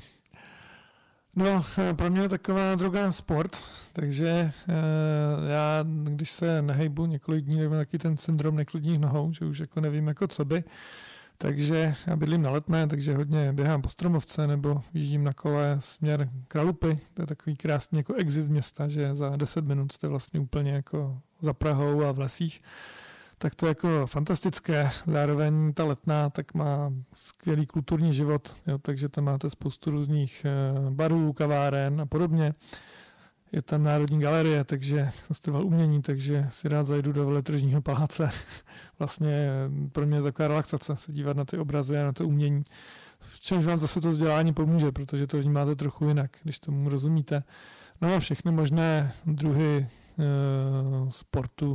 No, pro mě je taková droga sport, takže já, když se nehejbu několik dní, tak mám taky ten syndrom neklidných nohou, že už jako nevím, jako co by. Takže já bydlím na Letné, takže hodně běhám po Stromovce nebo jíždím na kole směr Kralupy. To je takový krásný jako exit města, že za 10 minut jste vlastně úplně jako za Prahou a v lesích. Tak to je jako fantastické. Zároveň ta Letná tak má skvělý kulturní život, jo, takže tam máte spoustu různých barů, kaváren a podobně. Je tam Národní galerie, takže jsem studoval umění, takže si rád zajdu do Veletržního paláce. Vlastně pro mě je taková relaxace se dívat na ty obrazy a na to umění. V čemž vám zase to vzdělání pomůže, protože to vnímáte trochu jinak, když tomu rozumíte. No a všechny možné druhy sportu.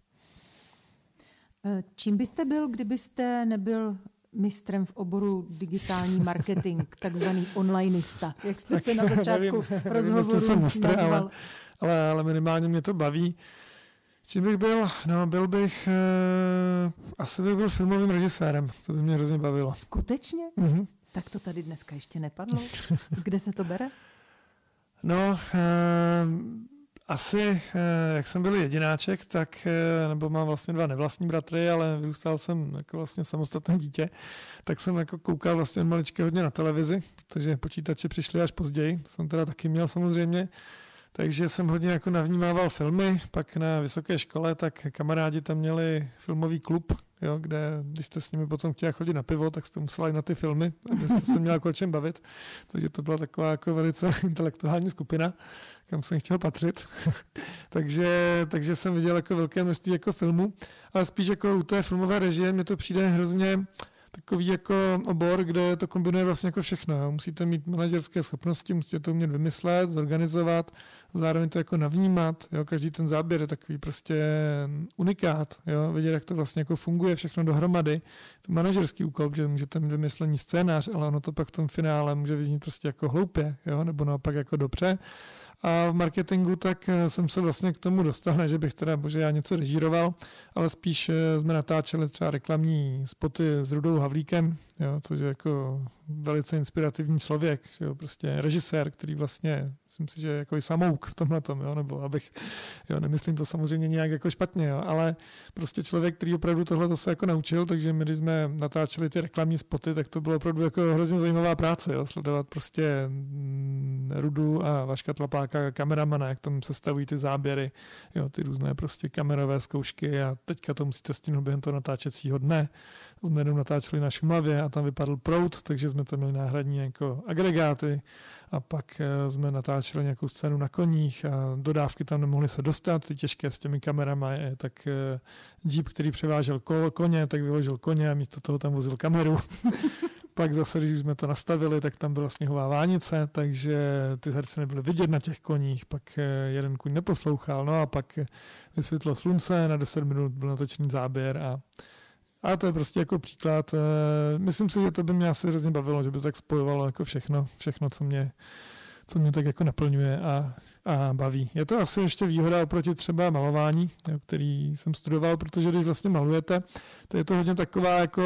Čím byste byl, kdybyste nebyl mistrem v oboru digitální marketing, takzvaný onlineista, jak jste se na začátku rozhovoru nazval? Ale minimálně mě to baví. Čím bych byl? No, asi bych byl filmovým režisérem, to by mě hrozně bavilo. Skutečně? Mhm. Tak to tady dneska ještě nepadlo. Kde se to bere? No, asi, jak jsem byl jedináček, tak, nebo mám vlastně 2 nevlastní bratry, ale vyrůstal jsem jako vlastně samostatné dítě, tak jsem jako koukal vlastně od malička hodně na televizi, protože počítače přišly až později, to jsem teda taky měl samozřejmě, takže jsem hodně jako navnímával filmy, pak na vysoké škole, tak kamarádi tam měli filmový klub, jo, kde když jste s nimi potom chtěli chodit na pivo, tak jste museli jít na ty filmy, abyste se měl jako o čem bavit, takže to byla taková jako velice intelektuální skupina, kam jsem chtěl patřit. takže jsem viděl jako velké množství jako filmů, ale spíš jako u té filmové režie mě to přijde hrozně takový jako obor, kde to kombinuje vlastně jako všechno. Jo. Musíte mít manažerské schopnosti, musíte to umět vymyslet, zorganizovat, zároveň to jako navnímat. Jo. Každý ten záběr je takový prostě unikát. Jo. Vidět, jak to vlastně jako funguje všechno dohromady. To manažerský úkol, že můžete mít vymyslený scénář, ale ono to pak v tom finále může vyznít prostě jako hloupě, jo, nebo naopak jako dobře. A v marketingu tak jsem se vlastně k tomu dostal, ne, že bych teda, já něco režíroval, ale spíš jsme natáčeli třeba reklamní spoty s Rudou Havlíkem, jo, což je jako velice inspirativní člověk, že jo, prostě režisér, který vlastně, myslím si, že je jako i samouk v tomhletom, jo, nebo abych, jo, nemyslím to samozřejmě nějak jako špatně, jo, ale prostě člověk, který opravdu tohle zase jako naučil, takže my, když jsme natáčeli ty reklamní spoty, tak to bylo opravdu jako hrozně zajímavá práce, jo, sledovat prostě Rudu a Vaška Tlapáka, kameramana, jak tam sestavují ty záběry, jo, ty různé prostě kamerové zkoušky a teďka to musíte stihnout během toho natáčecího dne. Jsme jenom natáčeli na Šumavě a tam vypadl proud, takže jsme tam měli náhradní jako agregáty a pak jsme natáčeli nějakou scénu na koních a dodávky tam nemohly se dostat, ty těžké s těmi kamerama, tak Jeep, který převážel koně, tak vyložil koně a místo toho tam vozil kameru. Pak zase, když jsme to nastavili, tak tam byla sněhová vánice, takže ty herci nebyly vidět na těch koních, pak jeden kůň neposlouchal, no a pak vysvětlo slunce, na 10 minut byl natočený záběr a to je prostě jako příklad. Myslím si, že to by mě asi hrozně bavilo, že by to tak spojovalo jako všechno, co mě tak jako naplňuje a baví. Je to asi ještě výhoda oproti třeba malování, který jsem studoval, protože když vlastně malujete, to je to hodně taková jako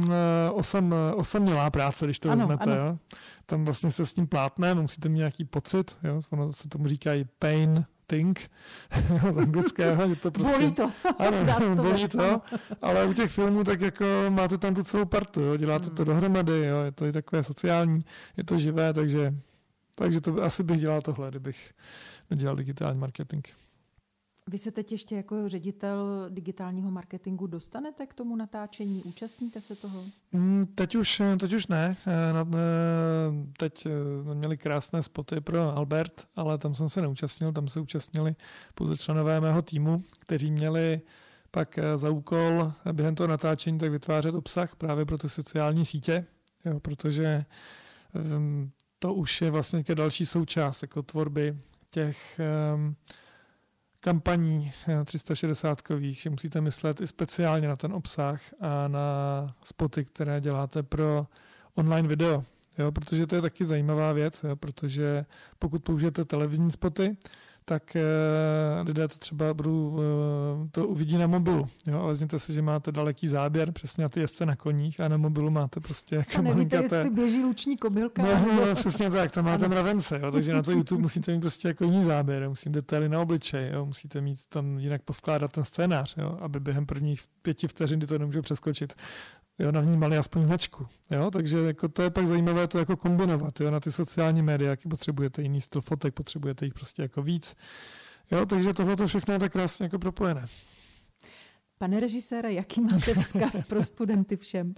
osamělá práce, když to vezmete. Jo? Tam vlastně se s tím plátnem musíte mít nějaký pocit, jo? Ono se tomu říká i pain think z anglického, je to prostě... Bolí to. Ano, bolí to, ale u těch filmů tak jako máte tam tu celou partu, jo, děláte to dohromady, jo, je to i takové sociální, je to živé, takže to asi bych dělal tohle, kdybych nedělal digitální marketing. Vy se teď ještě jako ředitel digitálního marketingu dostanete k tomu natáčení? Účastníte se toho? Teď už ne. Teď měli krásné spoty pro Albert, ale tam jsem se neúčastnil, tam se účastnili pouze členové mého týmu, kteří měli pak za úkol během toho natáčení tak vytvářet obsah právě pro ty sociální sítě, jo, protože to už je vlastně další součást jako tvorby těch kampaní 360-kových, že musíte myslet i speciálně na ten obsah a na spoty, které děláte pro online video. Jo, protože to je taky zajímavá věc, jo, protože pokud použijete televizní spoty, tak lidé to třeba to uvidí na mobilu. Jo, a vezměte si, že máte daleký záběr, přesně na ty jezdce na koních a na mobilu máte prostě jako nevíte, jestli běží luční kobylka. No, přesně tak, tam máte mravence, jo, takže na to YouTube musíte mít prostě jako jiný záběr, musíte detaily na obličej, jo, musíte mít tam jinak poskládat ten scénář, jo, aby během prvních 5 vteřin, kdy to nemůžu přeskočit, jo, navnímali aspoň značku. Jo, takže jako to je pak zajímavé to jako kombinovat, jo, na ty sociální média, jaký potřebujete jiný styl fotek, potřebujete jich prostě jako víc. Jo, takže tohle to všechno je tak krásně jako propojené. Pane režisére, jaký máte vzkaz pro studenty všem?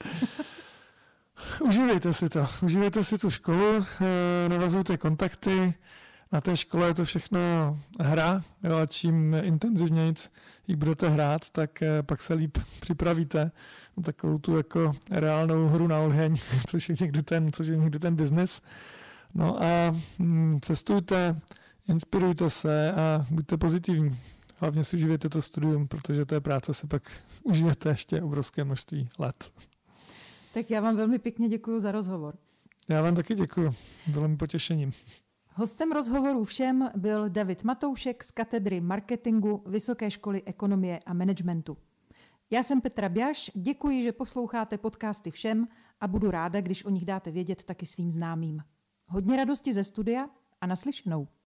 Užívejte si tu školu, navazujte kontakty, na té škole je to všechno hra, jo, a čím intenzivněji ji budete hrát, tak pak se líp připravíte na takovou tu jako reálnou hru na oheň, což je někdy ten biznis. No a cestujte, inspirujte se a buďte pozitivní. Hlavně si užijete to studium, protože té práce se pak užijete ještě obrovské množství let. Tak já vám velmi pěkně děkuji za rozhovor. Já vám taky děkuji. Bylo mi potěšením. Hostem rozhovoru všem byl David Matoušek z katedry marketingu Vysoké školy ekonomie a managementu. Já jsem Petra Bjaš, děkuji, že posloucháte podcasty všem a budu ráda, když o nich dáte vědět taky svým známým. Hodně radosti ze studia a naslyšenou.